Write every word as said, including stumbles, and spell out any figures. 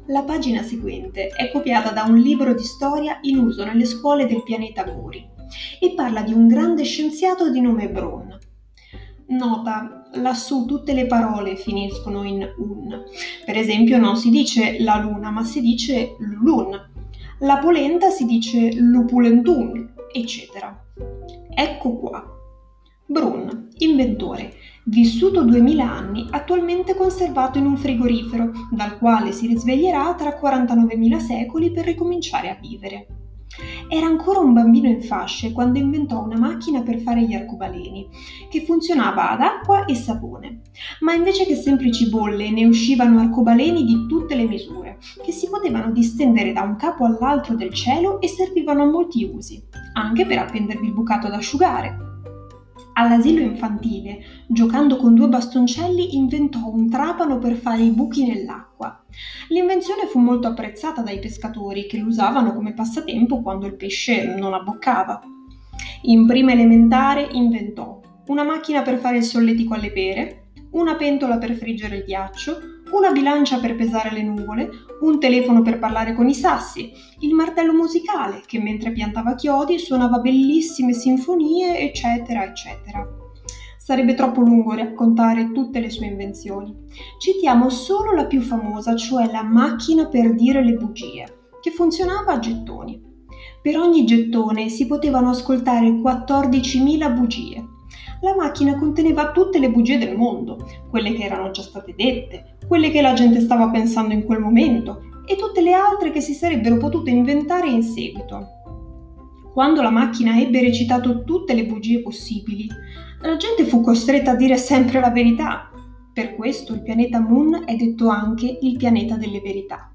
La pagina seguente è copiata da un libro di storia in uso nelle scuole del pianeta Muri e parla di un grande scienziato di nome Braun. Nota, lassù tutte le parole finiscono in un. Per esempio non si dice la luna, ma si dice lulun. La polenta si dice lupulentun, eccetera. Ecco qua. Braun, inventore, vissuto duemila anni, attualmente conservato in un frigorifero, dal quale si risveglierà tra quarantanovemila secoli per ricominciare a vivere. Era ancora un bambino in fasce quando inventò una macchina per fare gli arcobaleni, che funzionava ad acqua e sapone, ma invece che semplici bolle ne uscivano arcobaleni di tutte le misure, che si potevano distendere da un capo all'altro del cielo e servivano a molti usi, anche per appendervi il bucato da asciugare. All'asilo infantile, giocando con due bastoncelli, inventò un trapano per fare i buchi nell'acqua. L'invenzione fu molto apprezzata dai pescatori, che lo usavano come passatempo quando il pesce non abboccava. In prima elementare inventò una macchina per fare il solletico alle pere, una pentola per friggere il ghiaccio, una bilancia per pesare le nuvole, un telefono per parlare con i sassi, il martello musicale che mentre piantava chiodi suonava bellissime sinfonie, eccetera, eccetera. Sarebbe troppo lungo raccontare tutte le sue invenzioni. Citiamo solo la più famosa, cioè la macchina per dire le bugie, che funzionava a gettoni. Per ogni gettone si potevano ascoltare quattordicimila bugie. La macchina conteneva tutte le bugie del mondo, quelle che erano già state dette, quelle che la gente stava pensando in quel momento e tutte le altre che si sarebbero potute inventare in seguito. Quando la macchina ebbe recitato tutte le bugie possibili, la gente fu costretta a dire sempre la verità. Per questo il pianeta Moon è detto anche il pianeta delle verità.